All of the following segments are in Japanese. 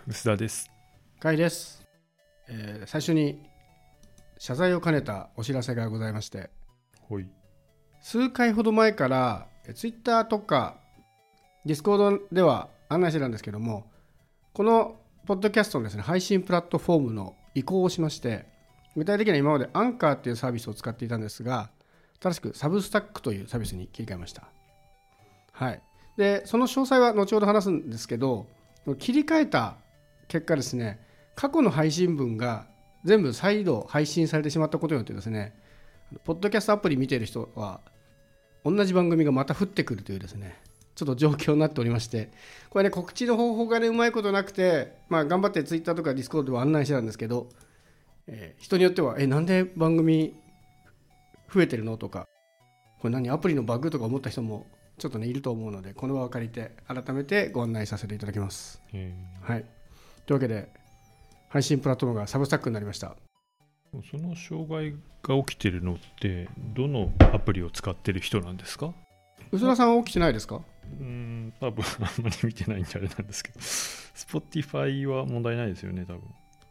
薄田です。 甲斐です。最初に謝罪を兼ねたお知らせがございまして、 はい。 数回ほど前からツイッターとかディスコードでは案内してたんですけども、このポッドキャストのですね、配信プラットフォームの移行をしまして、具体的には今までアンカーっていうサービスを使っていたんですが、新しくサブスタックというサービスに切り替えました。はい。で、その詳細は後ほど話すんですけど、切り替えた結果ですね、過去の配信分が全部再度配信されてしまったことによってですね、ポッドキャストアプリ見ている人は同じ番組がまた降ってくるというですね、ちょっと状況になっておりまして、これね、告知の方法がね、うまいことなくて、頑張ってツイッターとかディスコードでは案内してたんですけど、人によってはなんで番組増えてるのとか、これ何アプリのバグとか思った人もちょっとねいると思うので、この場を借りて改めてご案内させていただきます。はい。というわけで配信プラットフォームがサブスタックになりました。 その障害が起きてるのってどのアプリを使ってる人なんですか？ 薄田さんは起きてないですか？ 多分あんまり見てないんであれなんですけどSpotify は問題ないですよね、多分。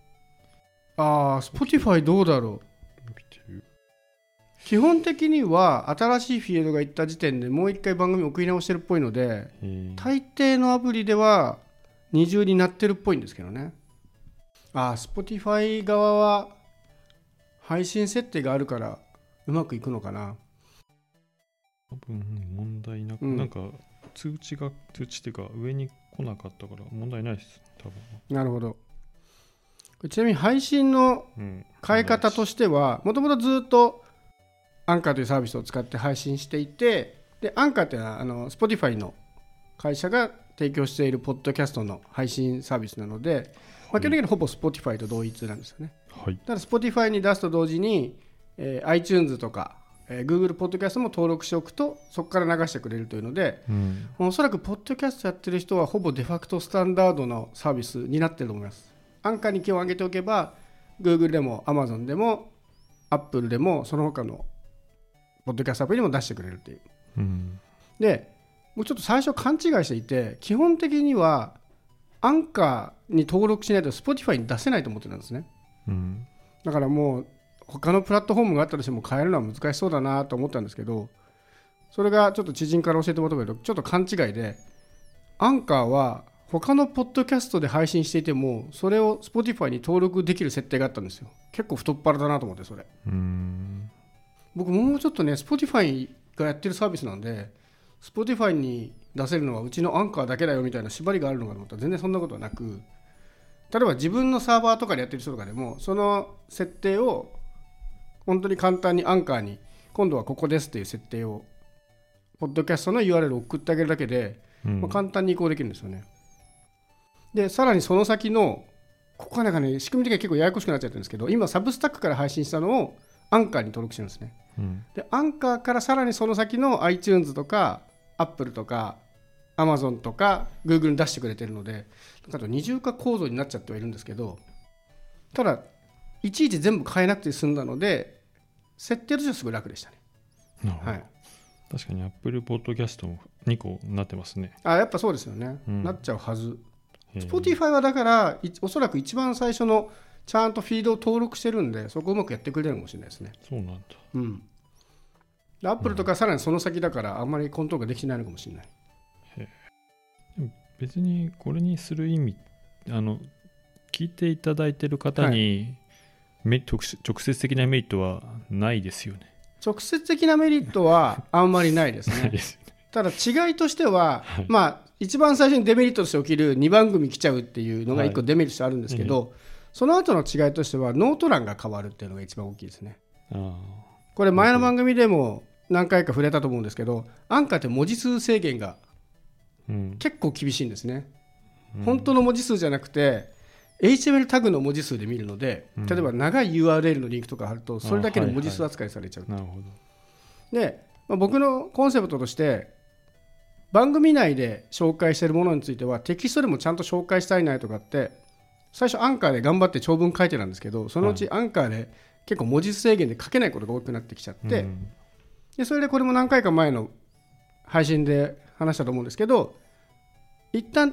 Spotify どうだろう。 起きてる。 基本的には新しいフィールドが行った時点でもう一回番組送り直してるっぽいので、大抵のアプリでは二重になってるっぽいんですけどね。Spotify 側は配信設定があるからうまくいくのかな。 多分問題なく、なんか通知っていうか上に来なかったから問題ないです、多分。 なるほど。ちなみに配信の変え方としては、もともとずっとアンカーというサービスを使って配信していて、でアンカーっていうのはSpotify の会社が提供しているポッドキャストの配信サービスなので、基本的にほぼ Spotify と同一なんですよね。 はい。 ただ Spotify に出すと同時に、iTunes とか、Google ポッドキャストも登録しておくとそこから流してくれるというので、おそらくポッドキャストやってる人はほぼデファクトスタンダードのサービスになってると思います。アンカーに気を上げておけば Google でも Amazon でも Apple でもその他のポッドキャストアプリにも出してくれるっていう、でもうちょっと最初勘違いしていて、基本的にはアンカーに登録しないと Spotify に出せないと思ってたんですね。だからもう他のプラットフォームがあったとしても変えるのは難しそうだなと思ったんですけど、それがちょっと知人から教えてもらったけどちょっと勘違いで、アンカーは他のポッドキャストで配信していてもそれを Spotify に登録できる設定があったんですよ。結構太っ腹だなと思って、それ僕もうちょっとね Spotify がやってるサービスなんで Spotify に出せるのはうちのアンカーだけだよみたいな縛りがあるのかと思ったら、全然そんなことはなく、例えば自分のサーバーとかでやってる人とかでもその設定を本当に簡単にアンカーに今度はここですっていう設定をポッドキャストの URL を送ってあげるだけで、簡単に移行できるんですよね。でさらにその先のここはなんかね、仕組み的には結構ややこしくなっちゃってるんですけど、今サブスタックから配信したのをアンカーに登録してるんですね。でアンカーからさらにその先の iTunes とか Apple とか Amazon とか Google に出してくれてるので、なんか二重化構造になっちゃってはいるんですけど、ただいちいち全部変えなくて済んだので設定としてはすごい楽でしたね。 なるほど。確かに Apple Podcast も2個になってますね。 やっぱそうですよね、なっちゃうはず。Spotify はだからおそらく一番最初のちゃんとフィードを登録してるんで、そこをうまくやってくれるかもしれないですね。 そうなんだ。Apple とかさらにその先だからあんまりコントロールができてないのかもしれない。 でも別にこれにする意味、聞いていただいている方に、直接的なメリットはないですよね。 直接的なメリットはあんまりないですね。ただ違いとしては、一番最初にデメリットとして起きる2番組来ちゃうっていうのが1個デメリットとしてあるんですけど、その後の違いとしてはノート欄が変わるっていうのが一番大きいですね。これ前の番組でも何回か触れたと思うんですけど、アンカーって文字数制限が結構厳しいんですね。本当の文字数じゃなくて HTML タグの文字数で見るので、例えば長い URL のリンクとか貼るとそれだけで文字数扱いされちゃう。 なるほど。 で、僕のコンセプトとして番組内で紹介しているものについてはテキストでもちゃんと紹介したいなとかって最初アンカーで頑張って長文書いてたんですけど、そのうちアンカーで結構文字数制限で書けないことが多くなってきちゃって、でそれでこれも何回か前の配信で話したと思うんですけど、一旦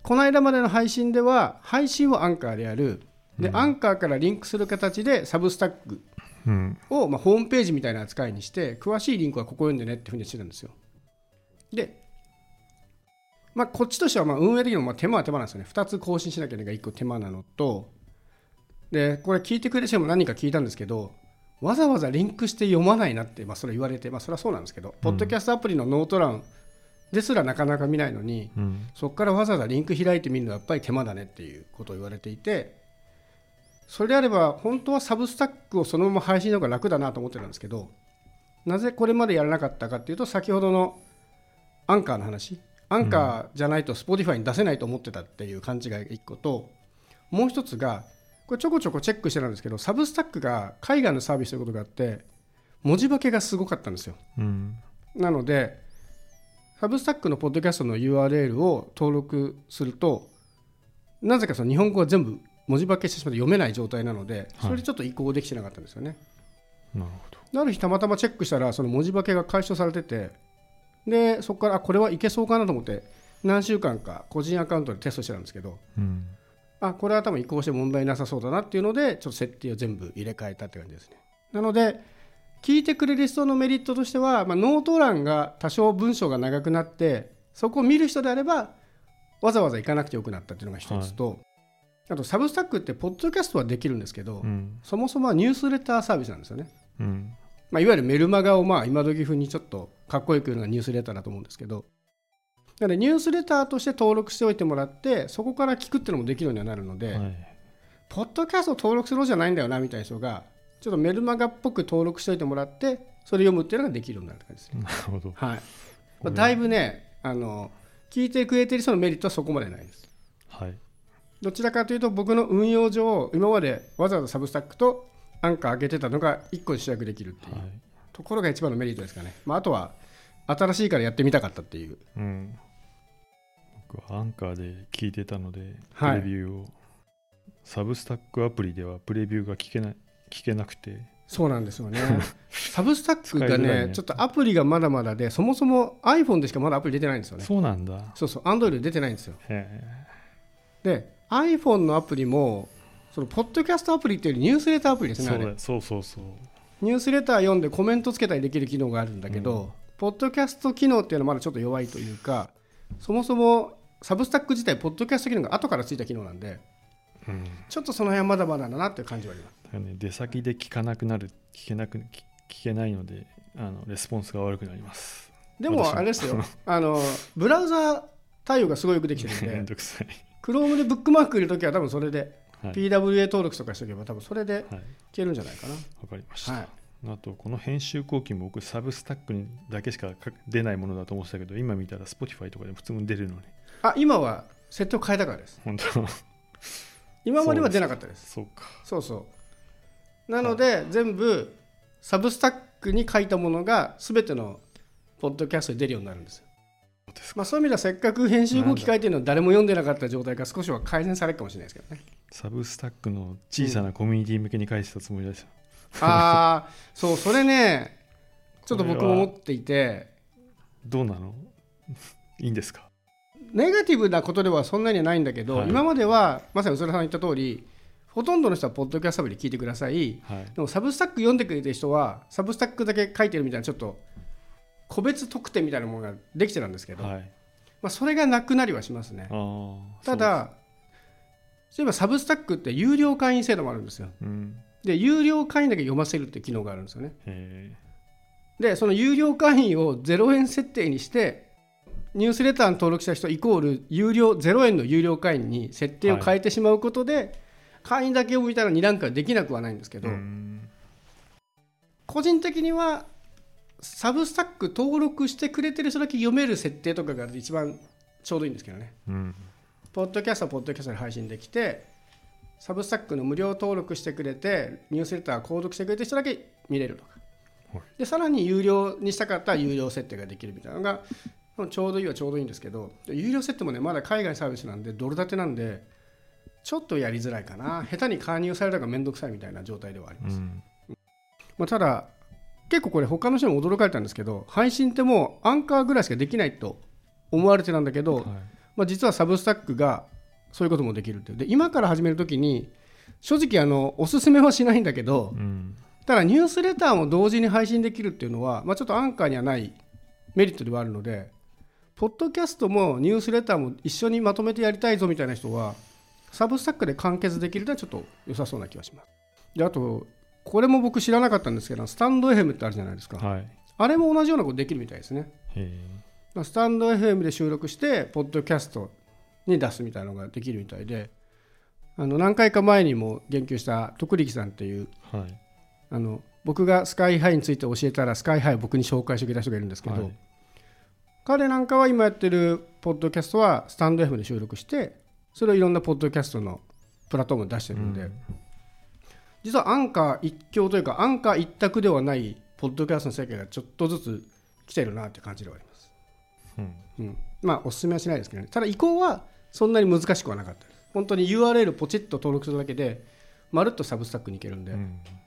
この間までの配信では配信をアンカーでやるで、アンカーからリンクする形でサブスタックを、ホームページみたいな扱いにして、詳しいリンクはここ読んでねっていうふうにしてるんですよ。で、こっちとしては運営的にも手間は手間なんですよね。2つ更新しなきゃいけない1個手間なのと、でこれ聞いてくれる人も何人か聞いたんですけど、わざわざリンクして読まないなって、それ言われて、それはそうなんですけど、ポッドキャストアプリのノート欄ですらなかなか見ないのに、そこからわざわざリンク開いてみるのはやっぱり手間だねっていうことを言われていて、それであれば本当はサブスタックをそのまま配信の方が楽だなと思ってたんですけど、なぜこれまでやらなかったかっていうと、先ほどのアンカーの話、アンカーじゃないと Spotify に出せないと思ってたっていう勘違いが1個と、もう一つがこれちょこちょこチェックしてたんですけど、サブスタックが海外のサービスということがあって文字化けがすごかったんですよ、なのでサブスタックのポッドキャストの URL を登録すると、なぜかその日本語が全部文字化けしてしまって読めない状態なので、それでちょっと移行できてなかったんですよね。 なるほど。 ある日たまたまチェックしたらその文字化けが解消されてて、でそこからこれはいけそうかなと思って何週間か個人アカウントでテストしてたんですけど、これは多分移行して問題なさそうだなっていうので、ちょっと設定を全部入れ替えたって感じですね。なので聞いてくれる人のメリットとしては、ノート欄が多少文章が長くなってそこを見る人であればわざわざ行かなくてよくなったっていうのが一つと、あとサブスタックってポッドキャストはできるんですけど、そもそもはニュースレターサービスなんですよね。いわゆるメルマガを今時風にちょっとかっこよく言うのがニュースレターだと思うんですけど、なのでニュースレターとして登録しておいてもらって、そこから聞くっていうのもできるようにはなるので、ポッドキャストを登録するじゃないんだよなみたいな人がちょっとメルマガっぽく登録しておいてもらって、それ読むっていうのができるようになるって感じですね。 なるほど。 はい。だいぶね、聞いてくれてる人のメリットはそこまでないです。どちらかというと僕の運用上、今までわざわざサブスタックとアンカー上げてたのが1個で集約できるっていうところが一番のメリットですかね。あとは新しいからやってみたかったっていう。 僕はアンカーで聞いてたので、プレビューを、サブスタックアプリではプレビューが聞けなくて。 そうなんですよね。サブスタックがね、ちょっとアプリがまだまだで、そもそも iPhone でしかまだアプリ出てないんですよね。 そうなんだ。 そうそう、Android で出てないんですよ。で iPhone のアプリもそのポッドキャストアプリっていうよりニュースレターアプリですね。 そうニュースレター読んでコメントつけたりできる機能があるんだけど、ポッドキャスト機能っていうのはまだちょっと弱いというか、そもそもサブスタック自体ポッドキャスト機能が後からついた機能なんで、ちょっとその辺はまだまだだなっていう感じはあります。 出先で聞けないのでレスポンスが悪くなります。 でもあれですよブラウザ対応がすごいよくできてるんでめんどくさい。Chrome でブックマーク入れるときは多分それで、PWA 登録とかしておけば多分それでいけるんじゃないかな。わかりました。あとこの編集後期も僕サブスタックにだけしか出ないものだと思ってたけど、今見たら Spotify とかでも普通に出るのに。今は設定を変えたからです。 本当今までは出なかったです。 そうか。 そうなので、全部サブスタックに書いたものが全てのポッドキャストに出るようになるんですよ。そういう意味ではせっかく編集後期書いてるのを誰も読んでなかった状態が少しは改善されるかもしれないですけどね。 サブスタックの小さなコミュニティ向けに書いてたつもりですよ。 それねちょっと僕も思っていて。 どうなのいいんですか。 ネガティブなことではそんなにはないんだけど、今まではまさに宇佐田さんが言った通り、ほとんどの人はポッドキャストアプリ聞いてください、でもサブスタック読んでくれてる人はサブスタックだけ書いてるみたいな、ちょっと個別特典みたいなものができてたんですけど、それがなくなりはしますね。ただそういえばサブスタックって有料会員制度もあるんですよ、で有料会員だけ読ませるっていう機能があるんですよね。でその有料会員を0円設定にして、ニュースレターに登録した人イコール有料0円の有料会員に設定を変えてしまうことで、会員だけ読むみたいな2段階できなくはないんですけど、個人的にはサブスタック登録してくれてる人だけ読める設定とかが一番ちょうどいいんですけどね、ポッドキャストはポッドキャストで配信できて、サブスタックの無料登録してくれてニュースレター購読してくれてる人だけ見れるとか、でさらに有料にしたかったら有料設定ができるみたいなのがちょうどいいはちょうどいいんですけど、有料設定もねまだ海外サービスなんでドル建てなんでちょっとやりづらいかな。下手に加入されたのがめんどくさいみたいな状態ではあります、ただ結構これ他の人も驚かれたんですけど、配信ってもうアンカーぐらいしかできないと思われてたんだけど、 実はサブスタックがそういうこともできるっていう。で今から始めるときに正直おすすめはしないんだけど、ただニュースレターも同時に配信できるっていうのは、ちょっとアンカーにはないメリットではあるので、ポッドキャストもニュースレターも一緒にまとめてやりたいぞみたいな人はサブスタックで完結できるのはちょっと良さそうな気がします。であとこれも僕知らなかったんですけど、スタンド FM ってあるじゃないですか、あれも同じようなことできるみたいですね。スタンド FM で収録してポッドキャストに出すみたいなのができるみたいで、何回か前にも言及した徳力さんっていう、僕がスカイハイについて教えたらスカイハイを僕に紹介してくれた人がいるんですけど、彼なんかは今やってるポッドキャストはスタンド FM で収録してそれをいろんなポッドキャストのプラットフォームで出してるので、実はアンカー一強というかアンカー一択ではないポッドキャストの世界がちょっとずつ来てるなって感じではあります。おすすめはしないですけどね。ただ移行はそんなに難しくはなかったです。本当に URL ポチッと登録するだけでまるっとサブスタックに行けるんで、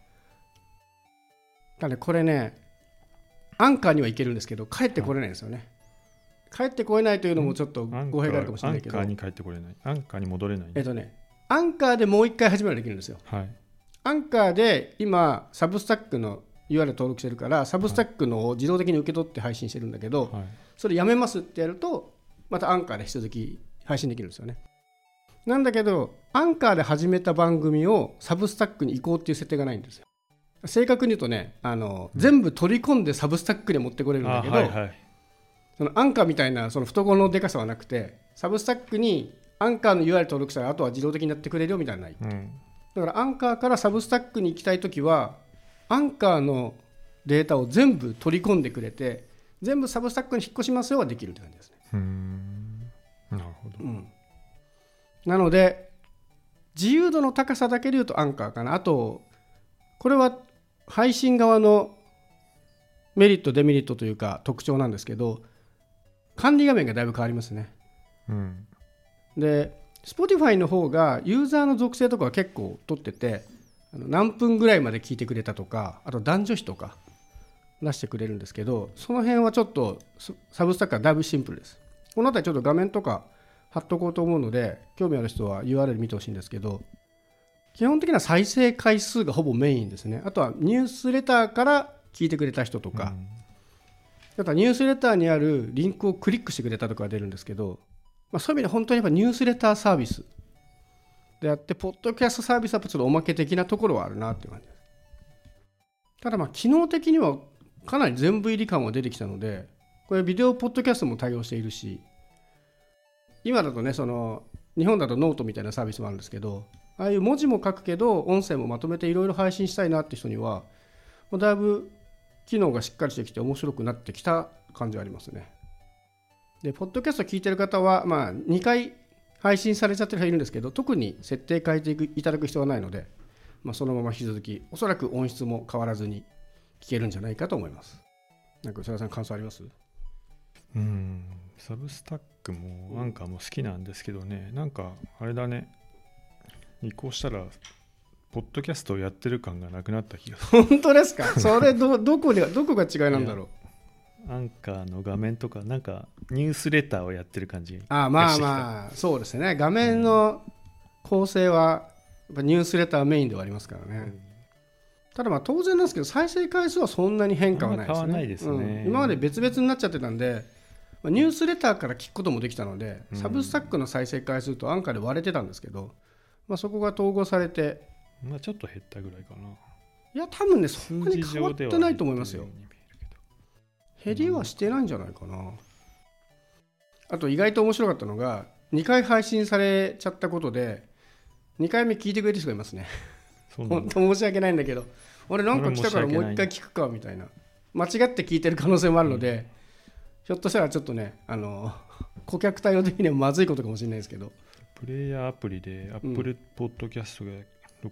ただこれねアンカーには行けるんですけど帰ってこれないんですよね。帰ってこれないというのもちょっと語弊があるかもしれないけど、 アンカーに帰ってこれない、アンカーに戻れない。 アンカーでもう一回始められるできるんですよ。アンカーで今サブスタックの URL 登録してるからサブスタックのを自動的に受け取って配信してるんだけど、それやめますってやるとまたアンカーで引き続き配信できるんですよね。なんだけどアンカーで始めた番組をサブスタックに移行っていう設定がないんですよ。正確に言うとね全部取り込んでサブスタックに持ってこれるんだけど、そのアンカーみたいなその懐のでかさはなくて、サブスタックにアンカーの URL 登録したらあとは自動的にやってくれるよみたいなのない、だからアンカーからサブスタックに行きたいときはアンカーのデータを全部取り込んでくれて全部サブスタックに引っ越しますよはできるって感じですね。 なるほど、 なので自由度の高さだけで言うとアンカーかな。あとこれは配信側のメリットデメリットというか特徴なんですけど、管理画面がだいぶ変わりますね。で Spotify の方がユーザーの属性とかは結構取ってて、何分ぐらいまで聞いてくれたとか、あと男女比とか出してくれるんですけど、その辺はちょっとサブスタックはだいぶシンプルです。このあたりちょっと画面とか貼っとこうと思うので興味ある人は URL 見てほしいんですけど、基本的な再生回数がほぼメインですね。あとはニュースレターから聞いてくれた人とか、あとはニュースレターにあるリンクをクリックしてくれたとか出るんですけど、そういう意味で本当にやっぱニュースレターサービスであって、ポッドキャストサービスはちょっとおまけ的なところはあるなっていう感じです。ただ機能的にはかなり全部入り感は出てきたので、これビデオポッドキャストも対応しているし、今だとね日本だとノートみたいなサービスもあるんですけど、ああいう文字も書くけど音声もまとめていろいろ配信したいなって人にはだいぶ機能がしっかりしてきて面白くなってきた感じはありますね。でポッドキャスト聞いてる方は2回配信されちゃってる人いるんですけど、特に設定変えていただく必要はないので、そのまま引き続きおそらく音質も変わらずに聞けるんじゃないかと思います。なんか宇佐田さん感想あります？ サブスタックもアンカーも好きなんですけどね、なんかあれだね、移行したらポッドキャストをやってる感がなくなった気がする。 本当ですか？それどこが違いなんだろう。 アンカーの画面とかなんかニュースレターをやってる感じ。 そうですね。画面の構成はやっぱニュースレターメインではありますからね。ただ当然なんですけど再生回数はそんなに変化はないですね。 変わらないですね。 今まで別々になっちゃってたんで、ニュースレターから聞くこともできたので、サブスタックの再生回数とアンカーで割れてたんですけど、そこが統合されてちょっと減ったぐらいかな。 いや多分ねそんなに変わってないと思いますよ。減りはしてないんじゃないかな。あと意外と面白かったのが2回配信されちゃったことで2回目聞いてくれる人がいますね。本当申し訳ないんだけど、俺なんか来たからもう1回聞くかみたいな、間違って聞いてる可能性もあるので、ひょっとしたらちょっとね顧客対応的にはまずいことかもしれないですけど、 プレイヤーアプリで Apple Podcast が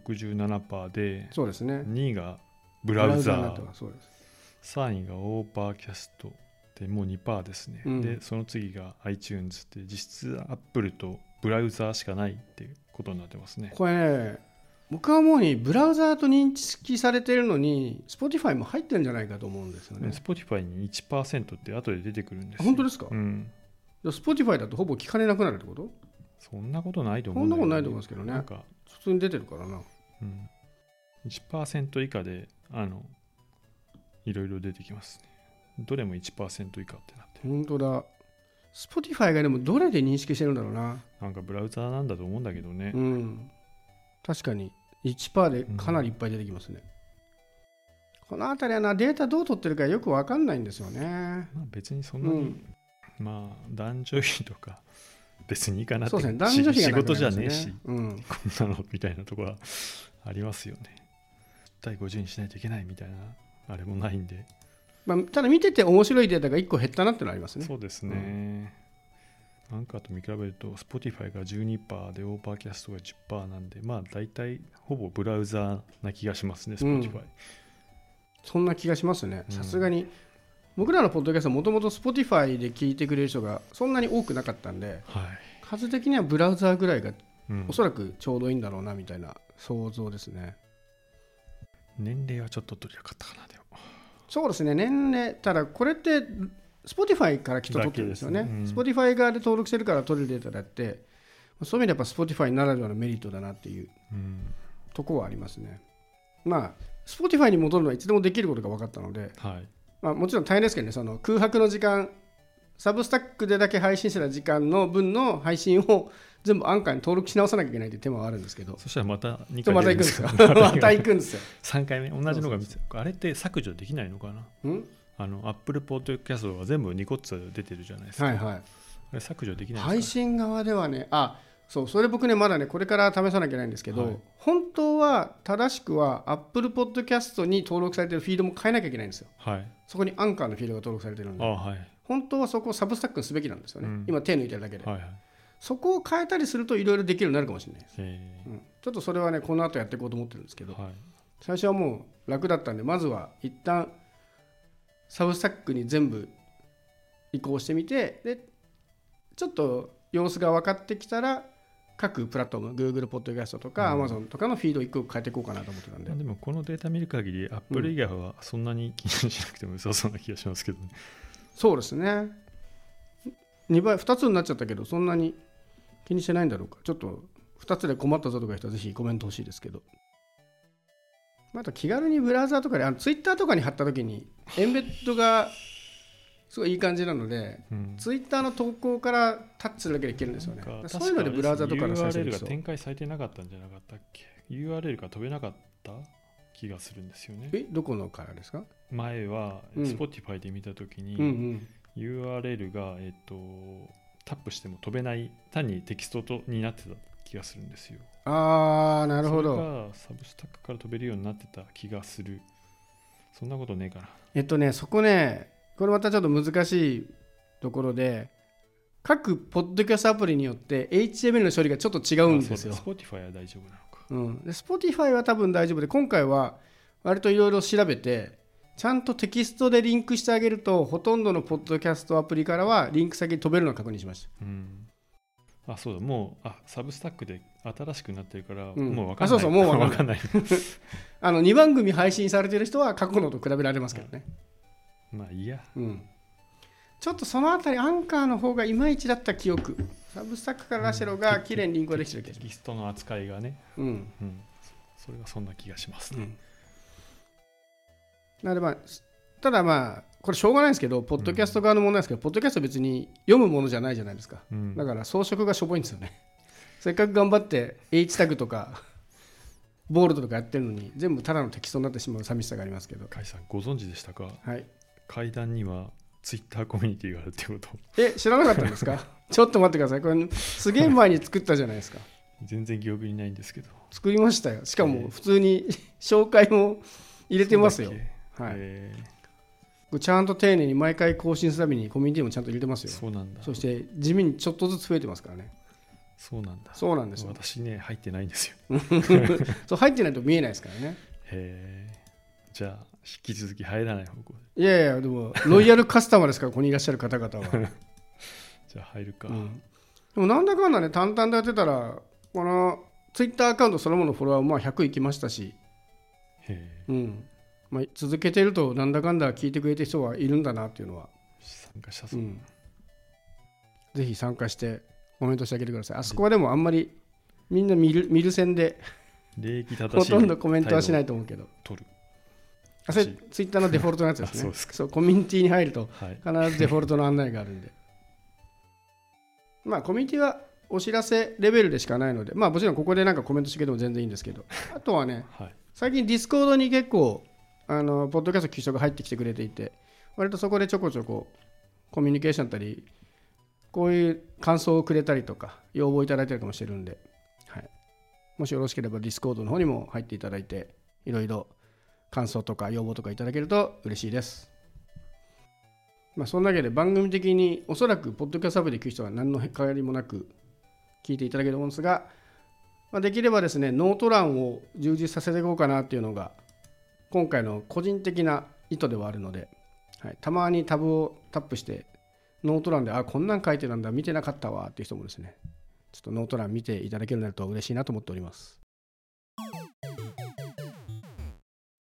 67% で、 そうですね、 2位がブラウザー、 そうです。 3位がオーパーキャストでもう 2% ですね、でその次が iTunes で実質 Apple とブラウザーしかないっていうことになってますね。 これね僕は思うにブラウザーと認識されているのに Spotify も入ってるんじゃないかと思うんですよね。 Spotify に 1% って後で出てくるんですよ。 本当ですか？ Spotify だとほぼ聞かれなくなるってこと？ そんなことないと思そうんだよね。 なことないと思うんですけどね。 なんか普通に出てるからな。 1% 以下でいろいろ出てきますね。どれも 1% 以下ってなってる。 本当だ。Spotify がでもどれで認識してるんだろうな。 なんかブラウザーなんだと思うんだけどね。 確かに 1% でかなりいっぱい出てきますね。このあたりはな、データどう取ってるかよく分かんないんですよね。 別にそんなに、男女比とか別にいいかなって。 そうですね、男女比がなくなりますね。 仕事じゃねえし、こんなのみたいなところはありますよね。10対50にしないといけないみたいなあれもないんで、 ただ見てて面白いデータが1個減ったなってのはありますね。 そうですね、アンカーと見比べると Spotify が 12% でオーバーキャストが 10% なんで、大体ほぼブラウザーな気がしますね、Spotify。 そんな気がしますね。さすがに僕らのポッドキャストはもともと Spotify で聞いてくれる人がそんなに多くなかったんで、数的にはブラウザーぐらいがおそらくちょうどいいんだろうなみたいな想像ですね。 年齢はちょっと取りやかったかな。でもそうですね、年齢、ただこれって Spotify からきっと取ってるんですよね。Spotify 側で登録してるから取れるデータであって、そういう意味でやっぱ Spotify ならではのメリットだなっていうところはありますね。Spotify に戻るのはいつでもできることが分かったので、もちろん大変ですけどね、その空白の時間、サブスタックでだけ配信してた時間の分の配信を全部アンカーに登録し直さなきゃいけないという手間はあるんですけど、 そしたらまた2回また行くんですよまた行くんですよ 3回目同じのが見てあれって削除できないのかな。Apple Podcast は全部2個ずつ出てるじゃないですか。あれ削除できないですか、 配信側ではね。それ僕ね、まだね、これから試さなきゃいけないんですけど、本当は正しくは Apple Podcast に登録されているフィードも変えなきゃいけないんですよ。そこにアンカーのフィードが登録されているので、本当はそこをサブスタックにすべきなんですよね。今手抜いてるだけで、そこを変えたりするといろいろできるようになるかもしれないです。ちょっとそれはね、この後やっていこうと思ってるんですけど、最初はもう楽だったんで、まずは一旦サブスタックに全部移行してみて、でちょっと様子が分かってきたら各プラットフォーム、Google ポッドキャストとか Amazon とかのフィードを1個変えていこうかなと思ってたんで、 でもこのデータ見る限り Apple 以外はそんなに気にしなくても良さそうな気がしますけどね。 そうですね、2つになっちゃったけどそんなに気にしてないんだろうか。ちょっと2つで困ったぞとかいう人はぜひコメント欲しいですけど、また気軽にブラウザーとかでTwitter とかに貼った時にエンベッドがすごいいい感じなので、ツイッターの投稿からタッチするだけでいけるんですよね。そういうのでブラウザとかの再生 URL が展開されてなかったんじゃなかったっけ。 URL が飛べなかった気がするんですよね。 どこのからですか。 前は Spotify で見たときに、URL が、タップしても飛べない、単にテキストになってた気がするんですよ。 なるほど。 それがサブスタックから飛べるようになってた気がする。そんなことねえかな。そこね、これまたちょっと難しいところで、各ポッドキャストアプリによって HTML の処理がちょっと違うんですよ。 Spotify は大丈夫なのか。 で Spotify は多分大丈夫で、今回は割といろいろ調べてちゃんとテキストでリンクしてあげると、ほとんどのポッドキャストアプリからはリンク先に飛べるのを確認しました。 そうだ、もうサブスタックで新しくなってるから、もう分かんない。 そうもう分かんない2番組配信されている人は過去のと比べられますけどね。 いいや、 ちょっとそのあたりアンカーの方がいまいちだった記憶。サブスタックから出してる方が綺麗にリンクができてるけど、 テキストの扱いがね、それはそんな気がしますね。 ただこれしょうがないですけど、ポッドキャスト側の問題ですけど、ポッドキャスト別に読むものじゃないじゃないですか。だから装飾がしょぼいんですよね。せっかく頑張って H タグとかボールドとかやってるのに全部ただのテキストになってしまう寂しさがありますけど。 甲斐さんご存知でしたか。階段にはツイッターコミュニティがあるってこと。 知らなかったんですかちょっと待ってください。これすげえ前に作ったじゃないですか。 全然記憶にないんですけど作りましたよ。しかも普通に紹介も入れてますよ。ちゃんと丁寧に毎回更新するたびにコミュニティもちゃんと入れてますよ。 そうなんだ。 そして地味にちょっとずつ増えてますからね。 そうなんだ。 そうなんですよ。 私ね入ってないんですよそう入ってないと見えないですからね。 じゃあ引き続き入らない方向で。いやでもロイヤルカスタマーですから、ここにいらっしゃる方々はじゃあ入るか。 でもなんだかんだね、淡々とやってたらこのツイッターアカウントそのものフォロワー100いきましたし、続けてるとなんだかんだ聞いてくれてる人はいるんだなっていうのは。 参加者数、 ぜひ参加してコメントしてあげてください。あそこはでもあんまりみんな見る線で礼儀正しいほとんどコメントはしないと思うけど、 取る。 それツイッターのデフォルトのやつですね。 そうですか。 そうコミュニティに入るとはい。 必ずデフォルトの案内があるんでまあコミュニティはお知らせレベルでしかないので、まあもちろんここでなんかコメントしてくれても全然いいんですけど、あとはね、 はい。 最近ディスコードに結構ポッドキャスト聞く人が入ってきてくれていて、割とそこでちょこちょこコミュニケーションだったり、こういう感想をくれたりとか要望いただいたりとかもしてるんで、はい、もしよろしければディスコードの方にも入っていただいて、いろいろ感想とか要望とかいただけると嬉しいです。まあそんなわけで番組的におそらくポッドキャストアプリで聞く人は何の変わりもなく聞いていただけると思うんですが、まあ、できればですねノート欄を充実させていこうかなっていうのが今回の個人的な意図ではあるので、はい、たまにタブをタップしてノート欄でこんなん書いてたんだ見てなかったわっていう人もですねちょっとノート欄見ていただけるようになると嬉しいなと思っております。